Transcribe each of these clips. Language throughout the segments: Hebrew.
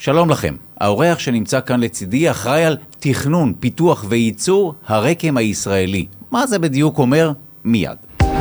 שלום לכם. האורח שנמצא כאן לצידי אחראי על תכנון, פיתוח וייצור הרקם הישראלי. מה זה בדיוק אומר? מיד.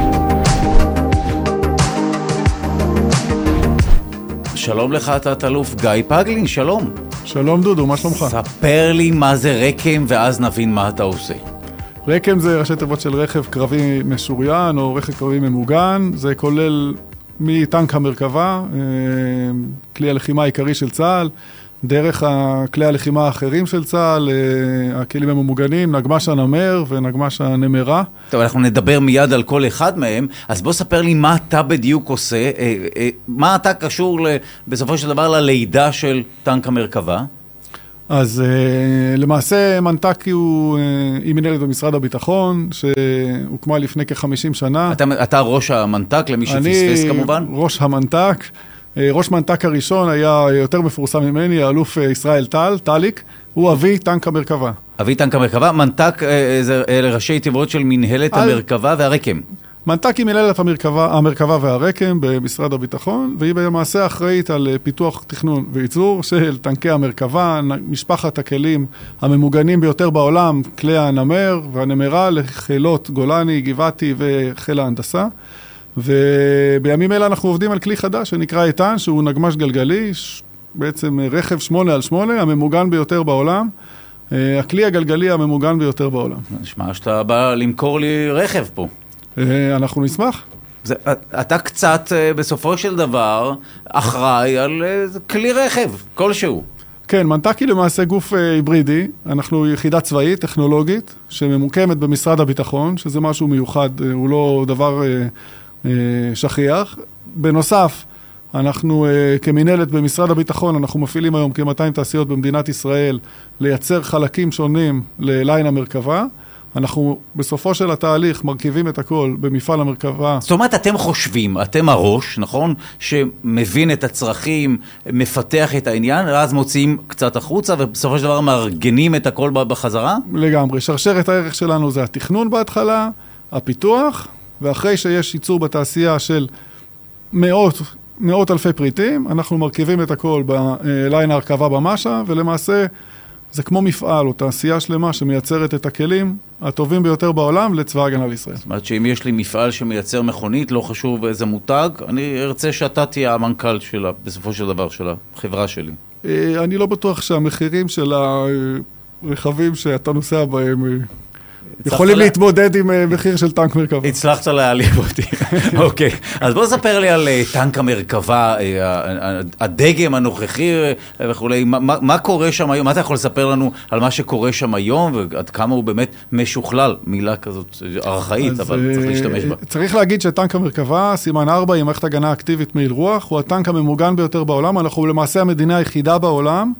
שלום לך, תת-אלוף גיא פגלין, שלום. שלום דודו, מה שלומך? ספר לי מה זה רקם ואז נבין מה אתה עושה. רקם זה ראשי תיבות של רכב קרבי משוריין או רכב קרבי ממוגן. זה כולל מטנק המרכבה, כלי הלחימה העיקרי של צה"ל, דרך כלי הלחימה האחרים של צה"ל, הכלים הממוגנים, נגמ"ש הנמר ונגמ"ש הנמרה. טוב, אנחנו נדבר מיד על כל אחד מהם, אז בוא ספר לי מה אתה בדיוק עושה, מה אתה קשור בסופו של דבר ללידה של טנק המרכבה? אז למעשה מנט"ק היא מנהלת במשרד הביטחון, שהוקמה לפני כ-50 שנה. אתה ראש המנט"ק, למי שפספס כמובן? אני ראש המנט"ק. ראש מנט"ק הראשון היה יותר מפורסם ממני, האלוף ישראל טליק, הוא אבי טנק המרכבה. אבי טנק המרכבה, מנט"ק אלה ראשי תיבות של מנהלת המרכבה והרקם. מנט"ק היא מנהלת המרכבה והרקם במשרד הביטחון, והיא במעשה אחראית על פיתוח תכנון וייצור של טנקי המרכבה, משפחת הכלים הממוגנים ביותר בעולם, כלי הנמר והנמרה לחילות גולני, גבעתי וחיל ההנדסה. ובימים אלה אנחנו עובדים על כלי חדש שנקרא איתן, שהוא נגמ"ש גלגלי, בעצם רכב 8x8, הממוגן ביותר בעולם, הכלי הגלגלי הממוגן ביותר בעולם. נשמע שאתה בא למכור לי רכב פה. אנחנו נשמח. אתה קצת בסופו של דבר אחראי על כלי רכב כלשהו. כן, מנט"ק היא למעשה גוף היברידי, אנחנו יחידה צבאית, טכנולוגית, שממוקמת במשרד הביטחון, שזה משהו מיוחד, הוא לא דבר שכיח. בנוסף, אנחנו כמנהלת במשרד הביטחון, אנחנו מפעילים היום כ-200 תעשיות במדינת ישראל, לייצר חלקים שונים לליין המרכבה. אנחנו בסופו של התהליך מרכיבים את הכל במפעל המרכבה. זאת אומרת, אתם חושבים, אתם הראש, נכון? שמבין את הצרכים, מפתח את העניין, ואז מוציאים קצת החוצה, ובסופו של דבר מארגנים את הכל בחזרה? לגמרי. שרשרת הערך שלנו זה התכנון בהתחלה, הפיתוח, ואחרי שיש ייצור בתעשייה של מאות אלפי פריטים, אנחנו מרכיבים את הכל בליין ההרכבה במשה, ולמעשה זה כמו מפעל או תעשייה שלמה שמייצרת את הכלים הטובים ביותר בעולם לצבא הגנה לישראל. זאת אומרת שאם יש לי מפעל שמייצר מכונית, לא חשוב איזה מותג, אני ארצה שאתה תהיה המנכ"ל שלה, בסופו של דבר של החברה שלי. אני לא בטוח שהמחירים של הרכבים שאתה נוסע בהם יכולים להתמודד עם מחיר של טנק מרכבה. הצלחת להעליב אותי. אוקיי. אז בוא ספר לי על טנק המרכבה, הדגם הנוכחי וכולי. מה קורה שם היום? מה אתה יכול לספר לנו על מה שקורה שם היום, ועד כמה הוא באמת משוכלל? מילה כזאת ארכאית, אבל צריך להשתמש בה. צריך להגיד שטנק המרכבה, סימן 4, עם מערכת הגנה אקטיבית מעיל רוח, הוא הטנק הממוגן ביותר בעולם. אנחנו למעשה המדינה היחידה בעולם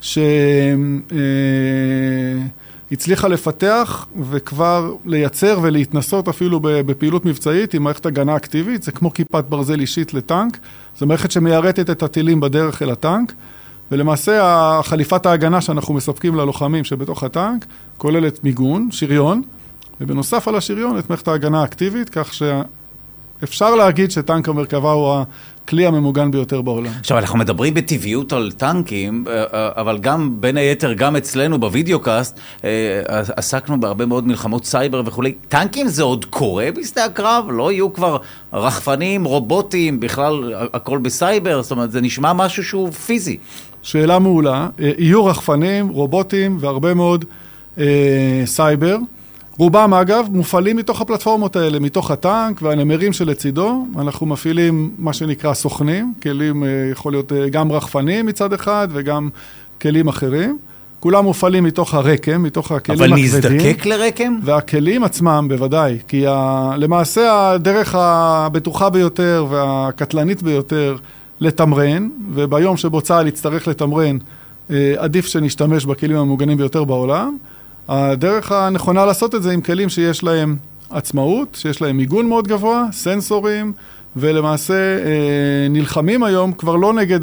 הצליחה לפתח וכבר לייצר ולהתנסות אפילו בפעילות מבצעית עם מערכת הגנה אקטיבית. זה כמו כיפת ברזל אישית לטנק. זו מערכת שמיירטת את הטילים בדרך אל הטנק. ולמעשה חליפת ההגנה שאנחנו מספקים ללוחמים שבתוך הטנק כוללת מיגון, שריון, ובנוסף על השריון את מערכת ההגנה האקטיבית, כך שאפשר להגיד שטנק המרכבה הוא הכלי הממוגן ביותר בעולם. עכשיו, אנחנו מדברים בטבעיות על טנקים, אבל גם, בין היתר, גם אצלנו בווידאו-קאסט, עסקנו בהרבה מאוד מלחמות סייבר וכו'. טנקים זה עוד קורה בשדה הקרב? לא יהיו כבר רחפנים, רובוטים, בכלל הכל בסייבר? זאת אומרת, זה נשמע משהו שהוא פיזי. שאלה מעולה. יהיו רחפנים, רובוטים והרבה מאוד סייבר. רובם אגב מופעלים מתוך הפלטפורמות האלה, מתוך הטנק והנמרים שלצידו. אנחנו מפעילים מה שנקרא סוכנים, כלים יכול להיות גם רחפנים מצד אחד וגם כלים אחרים. כולם מופעלים מתוך הרקם, מתוך הכלים הכבדים. אבל נזדקק לרקם? והכלים עצמם בוודאי, כי למעשה הדרך הבטוחה ביותר והקטלנית ביותר לתמרן, וביום שבו צה"ל יצטרך לתמרן, עדיף שנשתמש בכלים הממוגנים ביותר בעולם. הדרך הנכונה לעשות את זה עם כלים שיש להם עצמאות, שיש להם מיגון מאוד גבוה, סנסורים, ולמעשה נלחמים היום כבר לא נגד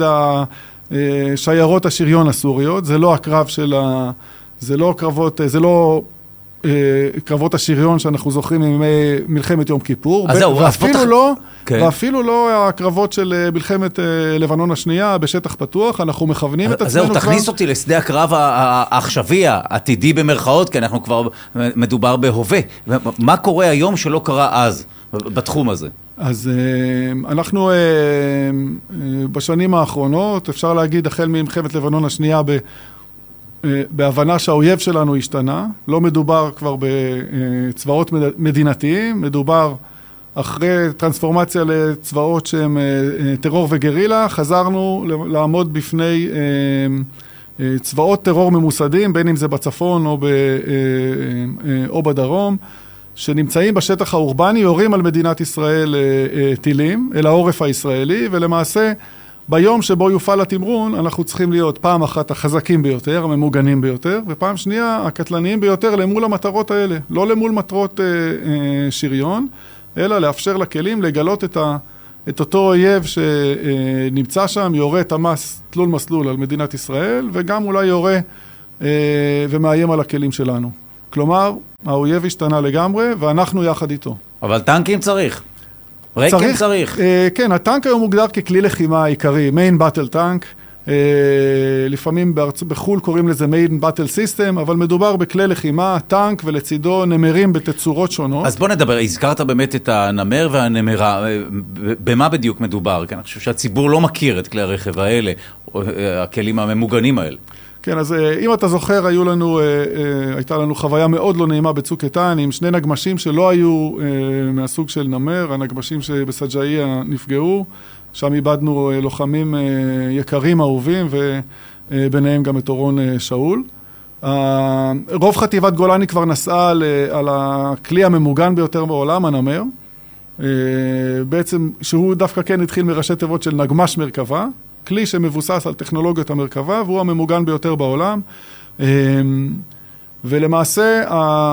שיירות השריון הסוריות, זה לא הקרב של זה לא קרבות, זה לא קרבות השריון שאנחנו זוכרים מימי מלחמת יום כיפור, ואפילו לא הקרבות של מלחמת לבנון השנייה בשטח פתוח, אנחנו מכוונים את עצמנו כבר... זהו, תכניס אותי לשדה הקרב העכשווי, העתידי במרכאות, כי אנחנו כבר מדובר בהווה. מה קורה היום שלא קרה אז בתחום הזה? אז אנחנו בשנים האחרונות, אפשר להגיד, החל ממלחמת לבנון השנייה בהבנה שהאויב שלנו השתנה, לא מדובר כבר בצבאות מדינתיים, מדובר אחרי טרנספורמציה לצבאות שהם טרור וגרילה, חזרנו לעמוד בפני צבאות טרור ממוסדים, בין אם זה בצפון או בדרום, שנמצאים בשטח האורבני, יורים על מדינת ישראל טילים, אל העורף הישראלי, ולמעשה ביום שבו יופעל התמרון, אנחנו צריכים להיות פעם אחת החזקים ביותר, הממוגנים ביותר, ופעם שנייה הקטלניים ביותר למול המטרות האלה. לא למול מטרות שריון, אלא לאפשר לכלים לגלות את אותו אויב שנמצא שם, יורה תמ"ס תלול מסלול על מדינת ישראל, וגם אולי יורה ומאיים על הכלים שלנו. כלומר, האויב השתנה לגמרי, ואנחנו יחד איתו. אבל טנקים צריך. רייקים צריך. כן, הטנק היום מוגדר ככלי לחימה עיקרי, main battle tank, לפעמים בחול קוראים לזה main battle system, אבל מדובר בכלי לחימה, טנק ולצידו נמרים בתצורות שונות. אז בוא נדבר, הזכרת באמת את הנמר והנמרה, במה בדיוק מדובר? כי אני חושב שהציבור לא מכיר את כלי הרכב האלה, הכלים הממוגנים האלה. כן, אז אם אתה זוכר, הייתה לנו חוויה מאוד לא נעימה בצוק איתן, עם שני נגמשים שלא היו מהסוג של נמר, הנגמשים שבסג'איה נפגעו, שם איבדנו לוחמים יקרים אהובים, וביניהם גם את אורון שאול. רוב חטיבת גולני כבר נסעה על הכלי הממוגן ביותר בעולם, הנמר, בעצם שהוא דווקא כן התחיל מראשי תיבות של נגמש מרכבה, כלי שמבוסס על טכנולוגיות המרכבה, והוא הממוגן ביותר בעולם. ולמעשה,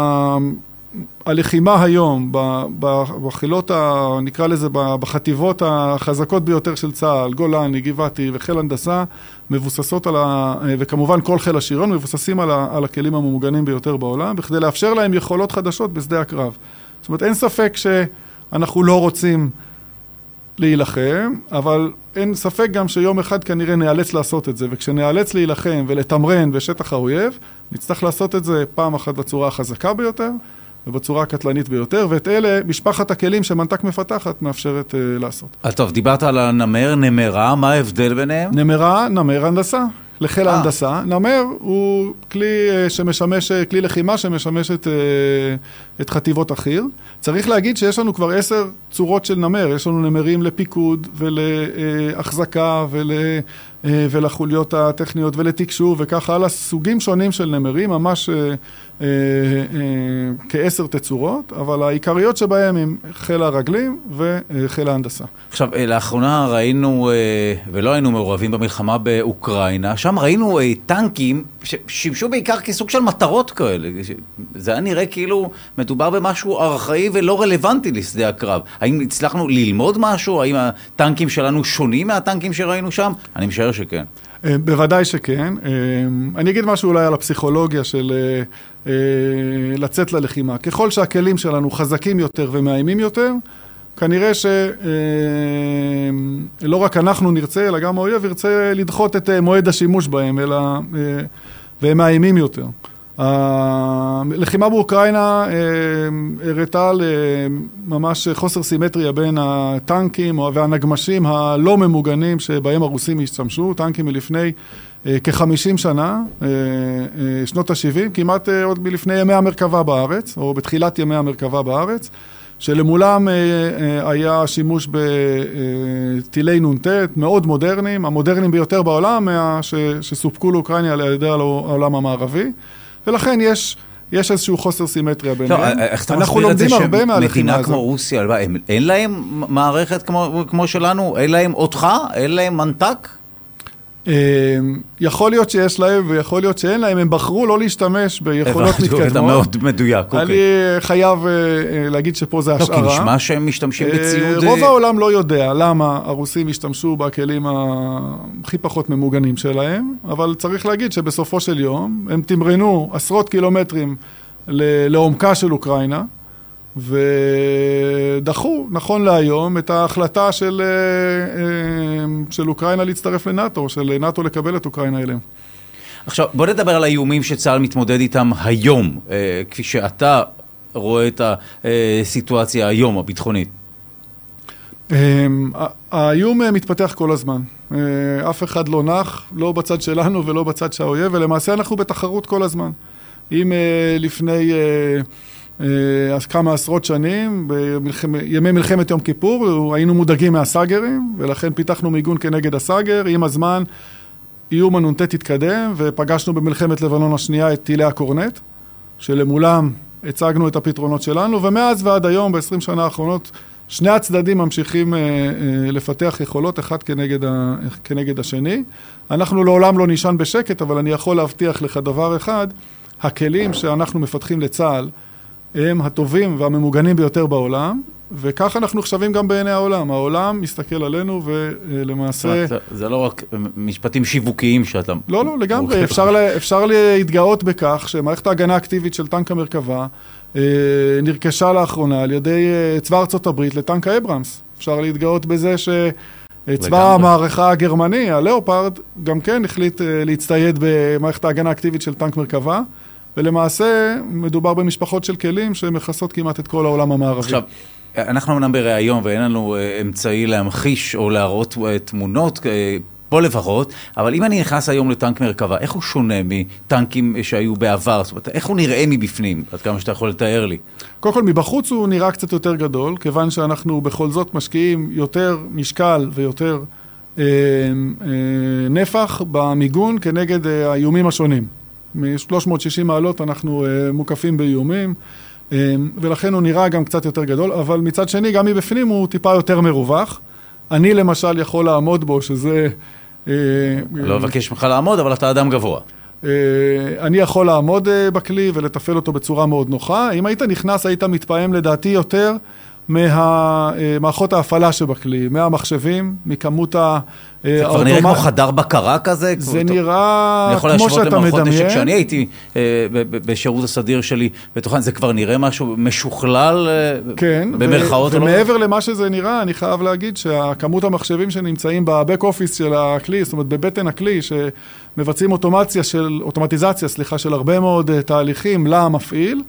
הלחימה היום, בחילות, נקרא לזה, בחטיבות החזקות ביותר של צה"ל, גולני, גבעתי וחיל הנדסה, מבוססות וכמובן כל חיל השריון, מבוססים על הכלים הממוגנים ביותר בעולם, בכדי לאפשר להם יכולות חדשות בשדה הקרב. זאת אומרת, אין ספק שאנחנו לא רוצים להילחם, אבל אין ספק גם שיום אחד כנראה נאלץ לעשות את זה, וכשנאלץ להילחם ולתמרן בשטח האויב, נצטרך לעשות את זה פעם אחת בצורה החזקה ביותר, ובצורה הקטלנית ביותר, ואת אלה, משפחת הכלים שמנתק מפתחת מאפשרת לעשות. טוב, דיברת על הנמר, נמרה, מה ההבדל ביניהם? נמרה, נמר הנדסה. לחיל ההנדסה. נמר הוא כלי שמשמש, כלי לחימה שמשמש את חטיבות החי"ר. צריך להגיד שיש לנו כבר 10 צורות של נמר. יש לנו נמרים לפיקוד ולהחזקה ולחוליות הטכניות ולתקשור וכך הלאה. סוגים שונים של נמרים, ממש כ10 תצורות, אבל העיקריות שבהם הם חיל הרגלים וחיל ההנדסה. עכשיו, לאחרונה ראינו, ולא היינו מעורבים במלחמה באוקראינה, שם ראינו טנקים ששימשו בעיקר כסוג של מטרות כאלה. זה היה נראה כאילו מדובר במשהו ארכאי ולא רלוונטי לשדה הקרב. האם הצלחנו ללמוד משהו? האם הטנקים שלנו שונים מהטנקים שראינו שם? אני משער שכן. בוודאי שכן. אני אגיד משהו אולי על הפסיכולוגיה של לצאת ללחימה. ככל שהכלים שלנו חזקים יותר ומאיימים יותר, כנראה שלא רק אנחנו נרצה, אלא גם האויב ירצה לדחות את מועד השימוש בהם, והם מאיימים יותר. הלחימה באוקראינה הראתה ממש חוסר סימטריה בין הטנקים והנגמשים הלא ממוגנים שבהם הרוסים השתמשו, טנקים מלפני כ-50 שנה, שנות ה-70, כמעט עוד מלפני ימי המרכבה בארץ, או בתחילת ימי המרכבה בארץ, שלמולם היה שימוש בטילי נ"ט מאוד מודרניים, המודרניים ביותר בעולם שסופקו לאוקראינה על ידי העולם המערבי, ולכן יש איזשהו חוסר סימטריה ביניהם. אנחנו לומדים הרבה מהלחימה הזאת. מדינה כמו רוסיה, אין להם מערכת כמו שלנו? אין להם אותך? אין להם מנתק? יכול להיות שיש להם ויכול להיות שאין להם, הם בחרו לא להשתמש ביכולות מתקדמות. אתה מאוד מדויק, אני חייב להגיד שפה זה השערה. לא, כי נשמע שהם משתמשים בציוד... רוב העולם לא יודע למה הרוסים השתמשו בכלים הכי פחות ממוגנים שלהם, אבל צריך להגיד שבסופו של יום הם תמרנו עשרות קילומטרים לעומקה של אוקראינה, ודחו, נכון להיום, את ההחלטה של אוקראינה להצטרף לנאטו, של נאטו לקבל את אוקראינה אליהם. עכשיו, בוא נדבר על האיומים שצה"ל מתמודד איתם היום, כפי שאתה רואה את הסיטואציה היום, הביטחונית. האיום מתפתח כל הזמן. אף אחד לא נח, לא בצד שלנו ולא בצד של האויב, ולמעשה אנחנו בתחרות כל הזמן. אם לפני כמה עשרות שנים, בימי מלחמת יום כיפור, היינו מודאגים מהסאגרים, ולכן פיתחנו מיגון כנגד הסאגר. עם הזמן, איום הנ"ט התקדם, ופגשנו במלחמת לבנון השנייה את טילי הקורנט, שלמולם הצגנו את הפתרונות שלנו, ומאז ועד היום, ב-20 שנה האחרונות, שני הצדדים ממשיכים לפתח יכולות אחד כנגד השני. אנחנו לעולם לא נשען בשקט, אבל אני יכול להבטיח לך דבר אחד, הכלים שאנחנו מפתחים לצה"ל הם הטובים והממוגנים ביותר בעולם, וכך אנחנו חשבים גם בעיני העולם. העולם מסתכל עלינו ולמעשה... זה לא רק משפטים שיווקיים שאתה... לא, לגמרי. אפשר להתגאות בכך שמערכת ההגנה האקטיבית של טנק המרכבה נרכשה לאחרונה על ידי צבא ארצות הברית לטנק האברמס. אפשר להתגאות בזה שצבא המערכה הגרמני, הלאופרד, גם כן החליט להצטייד במערכת ההגנה האקטיבית של טנק מרכבה, ולמעשה מדובר במשפחות של כלים שמכסות כמעט את כל העולם המערבי. עכשיו, אנחנו אמנם בראיון ואין לנו אמצעי להמחיש או להראות תמונות, פה לפחות, אבל אם אני נכנס היום לטנק מרכבה, איך הוא שונה מטנקים שהיו בעבר? זאת אומרת, איך הוא נראה מבפנים? עד כמה שאתה יכול לתאר לי. קודם כל, מבחוץ הוא נראה קצת יותר גדול, כיוון שאנחנו בכל זאת משקיעים יותר משקל ויותר נפח במיגון כנגד האיומים השונים. מ-360 מעלות אנחנו מוקפים באיומים, ולכן הוא נראה גם קצת יותר גדול, אבל מצד שני, גם מבפנים הוא טיפה יותר מרווח. אני למשל יכול לעמוד בו, שזה... לא אבקש ממך לעמוד, אבל אתה אדם גבוה. אני יכול לעמוד בכלי ולטפל אותו בצורה מאוד נוחה. אם היית נכנס, היית מתפעם לדעתי יותר מהמערכות ההפעלה שבכלי, מהמחשבים, מכמות זה כבר נראה כמו חדר בקרה כזה? זה נראה כמו שאתה מדמיין. כשאני הייתי בשירות הסדיר שלי בתוכן, זה כבר נראה משהו משוכלל במרכאות? כן, ומעבר למה שזה נראה, אני חייב להגיד שהכמות המחשבים שנמצאים בבק אופיס של הכלי, זאת אומרת בבטן הכלי, שמבצעים אוטומטיזציה של הרבה מאוד תהליכים למפעיל,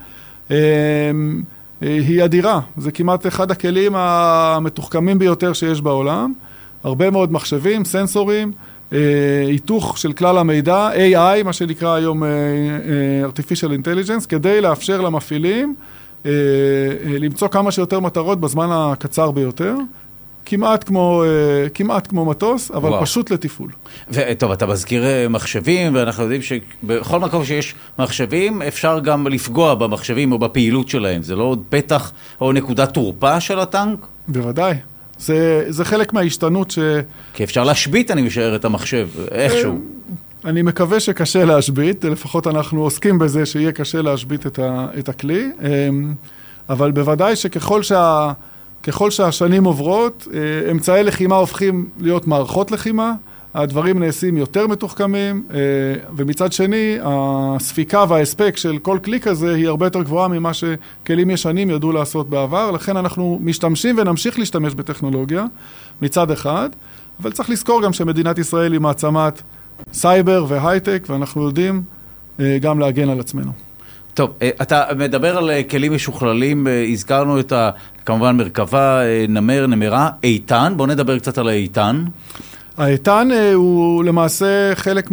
היא אדירה. זה כמעט אחד הכלים המתוחכמים ביותר שיש בעולם. הרבה מאוד מחשבים, סנסורים, היתוך של כלל המידע, AI, מה שנקרא היום Artificial Intelligence, כדי לאפשר למפעילים למצוא כמה שיותר מטרות בזמן הקצר ביותר. כמעט כמו מטוס, אבל פשוט לתפעול. טוב, אתה מזכיר מחשבים, ואנחנו יודעים שבכל מקום שיש מחשבים, אפשר גם לפגוע במחשבים או בפעילות שלהם. זה לא עוד פתח או נקודת תורפה של הטנק? בוודאי. זה חלק מההשתנות כי אפשר להשבית, אני משער, את המחשב, איכשהו. אני מקווה שקשה להשבית, לפחות אנחנו עוסקים בזה שיהיה קשה להשבית את הכלי, אבל בוודאי ככל שהשנים עוברות, אמצעי לחימה הופכים להיות מערכות לחימה, הדברים נעשים יותר מתוחכמים, ומצד שני, הספיקה וההספק של כל כלי כזה היא הרבה יותר גבוהה ממה שכלים ישנים ידעו לעשות בעבר, לכן אנחנו משתמשים ונמשיך להשתמש בטכנולוגיה מצד אחד, אבל צריך לזכור גם שמדינת ישראל היא מעצמת סייבר והייטק, ואנחנו יודעים גם להגן על עצמנו. טוב, אתה מדבר על כלים משוכללים, הזכרנו את כמובן מרכבה, נמר, נמרה, איתן, בוא נדבר קצת על האיתן. האיתן הוא למעשה חלק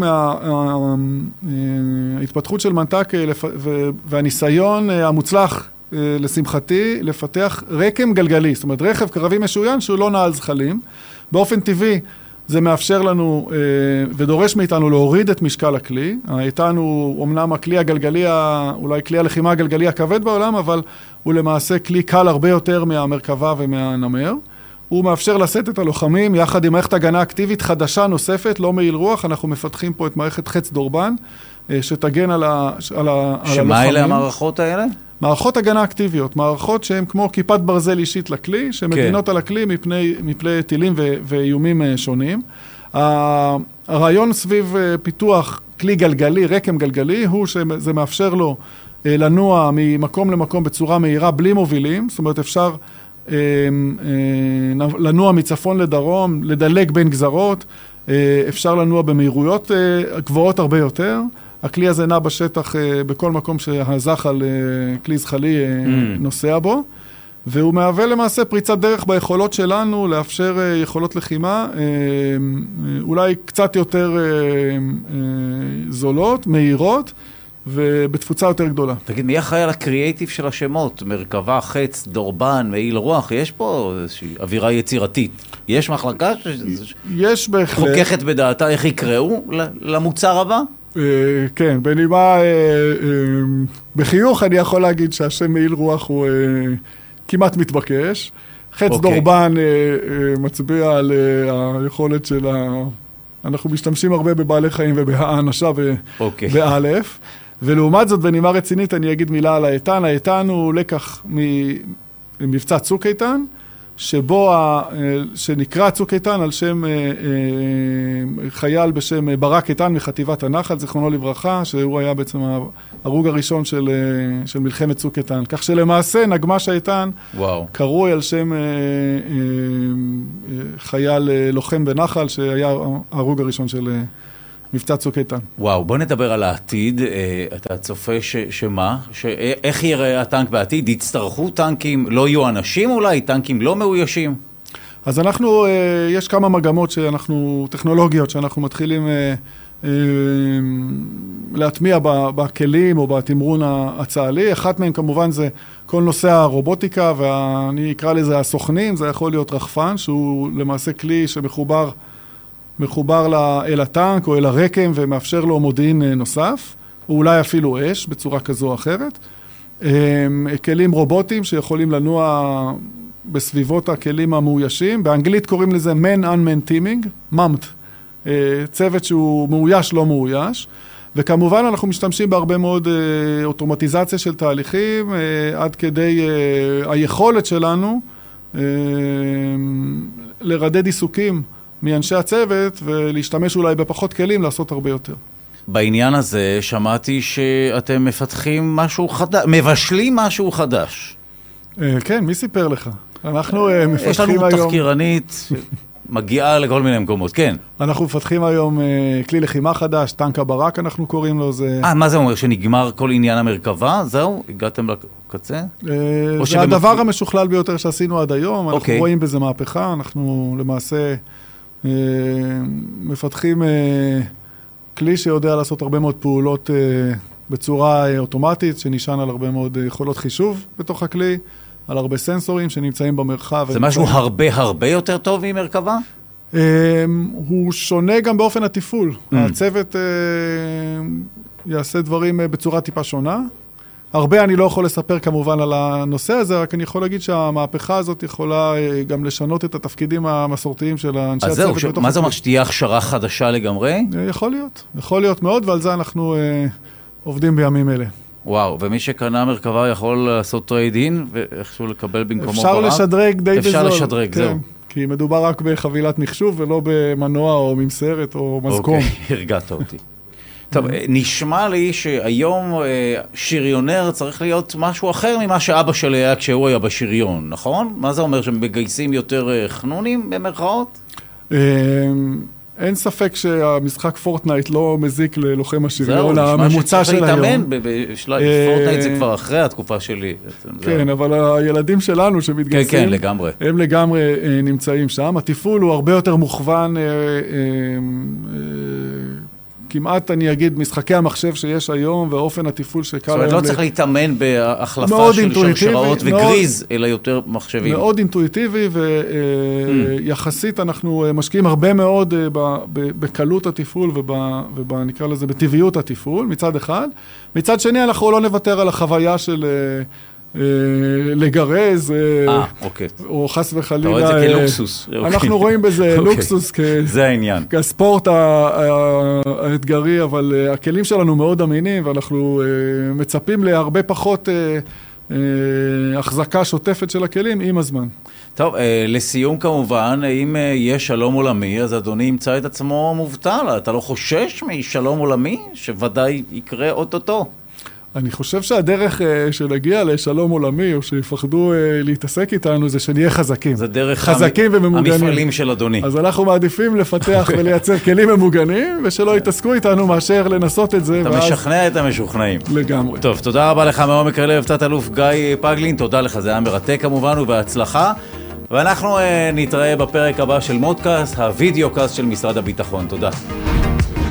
מההתפתחות של מנת"ק והניסיון המוצלח לשמחתי לפתח רקם גלגלי, זאת אומרת רכב קרבי משוריין שהוא לא נעל זחלים. באופן טבעי זה מאפשר לנו ודורש מאיתנו להוריד את משקל הכלי. האיתן הוא אומנם הכלי הגלגלי, אולי כלי הלחימה הגלגלי הכבד בעולם, אבל הוא למעשה כלי קל הרבה יותר מהמרכבה ומהנמר. הוא מאפשר לשאת את הלוחמים יחד עם מערכת הגנה אקטיבית חדשה נוספת, לא מעיל רוח. אנחנו מפתחים פה את מערכת חץ דורבן, שתגן על הלוחמים. שמה אלה המערכות האלה? מערכות הגנה אקטיביות, מערכות שהן כמו כיפת ברזל אישית לכלי, שמגינות על הכלי מפני טילים ואיומים שונים. הרעיון סביב פיתוח כלי גלגלי, רקם גלגלי, הוא שזה מאפשר לו לנוע ממקום למקום בצורה מהירה בלי מובילים, זאת אומרת אפשר לנוע מצפון לדרום, לדלג בין גזרות, אפשר לנוע במהירויות גבוהות הרבה יותר. הכלי הזה נע בשטח בכל מקום שהזחל, כלי זחלי, נוסע בו, והוא מהווה למעשה פריצת דרך ביכולות שלנו לאפשר יכולות לחימה, אולי קצת יותר זולות, מהירות, ובתפוצה יותר גדולה. תגיד, מי אחראי על הקריאייטיב של השמות? מרכבה, חץ, דורבן, מעיל רוח, יש פה איזושהי אווירה יצירתית. יש מחלקה יש בהחלט. חוככת בדעתה איך יקראו למוצר הבא? כן, בנימה, בחיוך אני יכול להגיד שהשם מעיל רוח הוא כמעט מתבקש. חץ דורבן מצביע על היכולת של אנחנו משתמשים הרבה בבעלי חיים ובהאנשה באלף. ולעומת זאת, בנימה רצינית, אני אגיד מילה על האיתן. האיתן הוא לקח ממבצע צוק איתן, שנקרא צוק איתן על שם חייל בשם ברק איתן מחטיבת הנחל, זיכרונו לברכה, שהוא היה בעצם ההרוג הראשון של מלחמת צוק איתן. כך שלמעשה נגמ"ש האיתן קרוי על שם חייל לוחם בנחל, שהיה ההרוג הראשון של מבצע צוק איתן. וואו, בוא נדבר על העתיד. אתה צופה שמה? איך יראה הטנק בעתיד? יצטרכו טנקים, לא יהיו אנשים אולי? טנקים לא מאוישים? אז אנחנו, יש כמה מגמות טכנולוגיות שאנחנו מתחילים להטמיע בכלים או בתמרון הצה"לי. אחת מהם כמובן זה כל נושא הרובוטיקה, ואני אקרא לזה הסוכנים. זה יכול להיות רחפן, שהוא למעשה כלי מחובר אל הטנק או אל הרקם ומאפשר לו מודיעין נוסף, או אולי אפילו אש בצורה כזו או אחרת. כלים רובוטיים שיכולים לנוע בסביבות הכלים המאוישים. באנגלית קוראים לזה Man-Unmanned Teaming, MUMT, צוות שהוא מאויש, לא מאויש. וכמובן אנחנו משתמשים בהרבה מאוד אוטומטיזציה של תהליכים, עד כדי היכולת שלנו לרדד עיסוקים מאנשי הצוות, ולהשתמש אולי בפחות כלים, לעשות הרבה יותר. בעניין הזה שמעתי שאתם מפתחים משהו חדש, מבשלים משהו חדש. כן, מי סיפר לך? אנחנו מפתחים היום... יש לנו תחקירנית מגיעה לכל מיני מקומות, כן. אנחנו מפתחים היום כלי לחימה חדש, טנק הברק אנחנו קוראים לו. מה זה אומר? שנגמר כל עניין המרכבה? זהו? הגעתם לקצה? זה הדבר המשוכלל ביותר שעשינו עד היום. אנחנו רואים בזה מהפכה, אנחנו למעשה... מפתחים כלי שיודע לעשות הרבה מאוד פעולות בצורה אוטומטית, שנשען על הרבה מאוד יכולות חישוב בתוך הכלי, על הרבה סנסורים שנמצאים במרחב. זה משהו הרבה יותר טוב ממרכבה? הוא שונה גם באופן התפעול. הצוות יעשה דברים בצורה טיפה שונה. הרבה אני לא יכול לספר כמובן על הנושא הזה, רק אני יכול להגיד שהמהפכה הזאת יכולה גם לשנות את התפקידים המסורתיים של אנשי הצוות. אז זהו, מה זה אומר שתהיה הכשרה חדשה לגמרי? יכול להיות מאוד, ועל זה אנחנו עובדים בימים אלה. וואו, ומי שקנה מרכבה יכול לעשות טרייד-אין ואיכשהו לקבל במקומו ברק? אפשר לשדרג די בזול. אפשר לשדרג, זהו. כי מדובר רק בחבילת מחשוב ולא במנוע או ממסרת או מזקום. אוקיי, הרגעת אותי. טוב, נשמע לי שהיום שריונר צריך להיות משהו אחר ממה שאבא שלי היה כשהוא היה בשריון, נכון? מה זה אומר, שהם מגייסים יותר חנונים במרכאות? אין ספק שהמשחק פורטנייט לא מזיק ללוחם השריון הממוצע של היום. פורטנייט זה כבר אחרי התקופה שלי. כן, אבל הילדים שלנו שמתגייסים, הם לגמרי נמצאים שם. התפעול הוא הרבה יותר מוכוון, כמעט אני אגיד משחקי המחשב שיש היום ואופן התפעול שקל... זאת אומרת, לא צריך להתאמן בהחלפה של שרשראות וגריז, אלא יותר מחשבים. מאוד אינטואיטיבי, ויחסית אנחנו משקיעים הרבה מאוד בקלות התפעול ובנקרא לזה בטבעיות התפעול, מצד אחד. מצד שני, אנחנו לא נוותר על החוויה של... לגרז, או חס וחלילה. אתה רואה את זה כלוקסוס. אנחנו רואים בזה לוקסוס כספורט האתגרי, אבל הכלים שלנו מאוד אמינים, ואנחנו מצפים להרבה פחות החזקה שוטפת של הכלים עם הזמן. טוב, לסיום כמובן, אם יש שלום עולמי, אז אדוני ימצא את עצמו מובטל. אתה לא חושש משלום עולמי, שוודאי יקרה אוטוטו? אני חושב שהדרך שנגיע לשלום עולמי, או שיפחדו להתעסק איתנו, זה שנהיה חזקים. זה דרך חזקים וממוגנים. המפעלים של אדוני. אז אנחנו מעדיפים לפתח ולייצר כלים ממוגנים, ושלא יתעסקו איתנו מאשר לנסות את זה. אתה משכנע את המשוכנעים. לגמרי. טוב, תודה רבה לך מעומק הלב, תת-אלוף גיא פגלין, תודה לך, זה היה מרתק כמובן ובהצלחה. ואנחנו נתראה בפרק הבא של מודקאסט, הווידאו-קאסט של משרד הביטחון. תודה.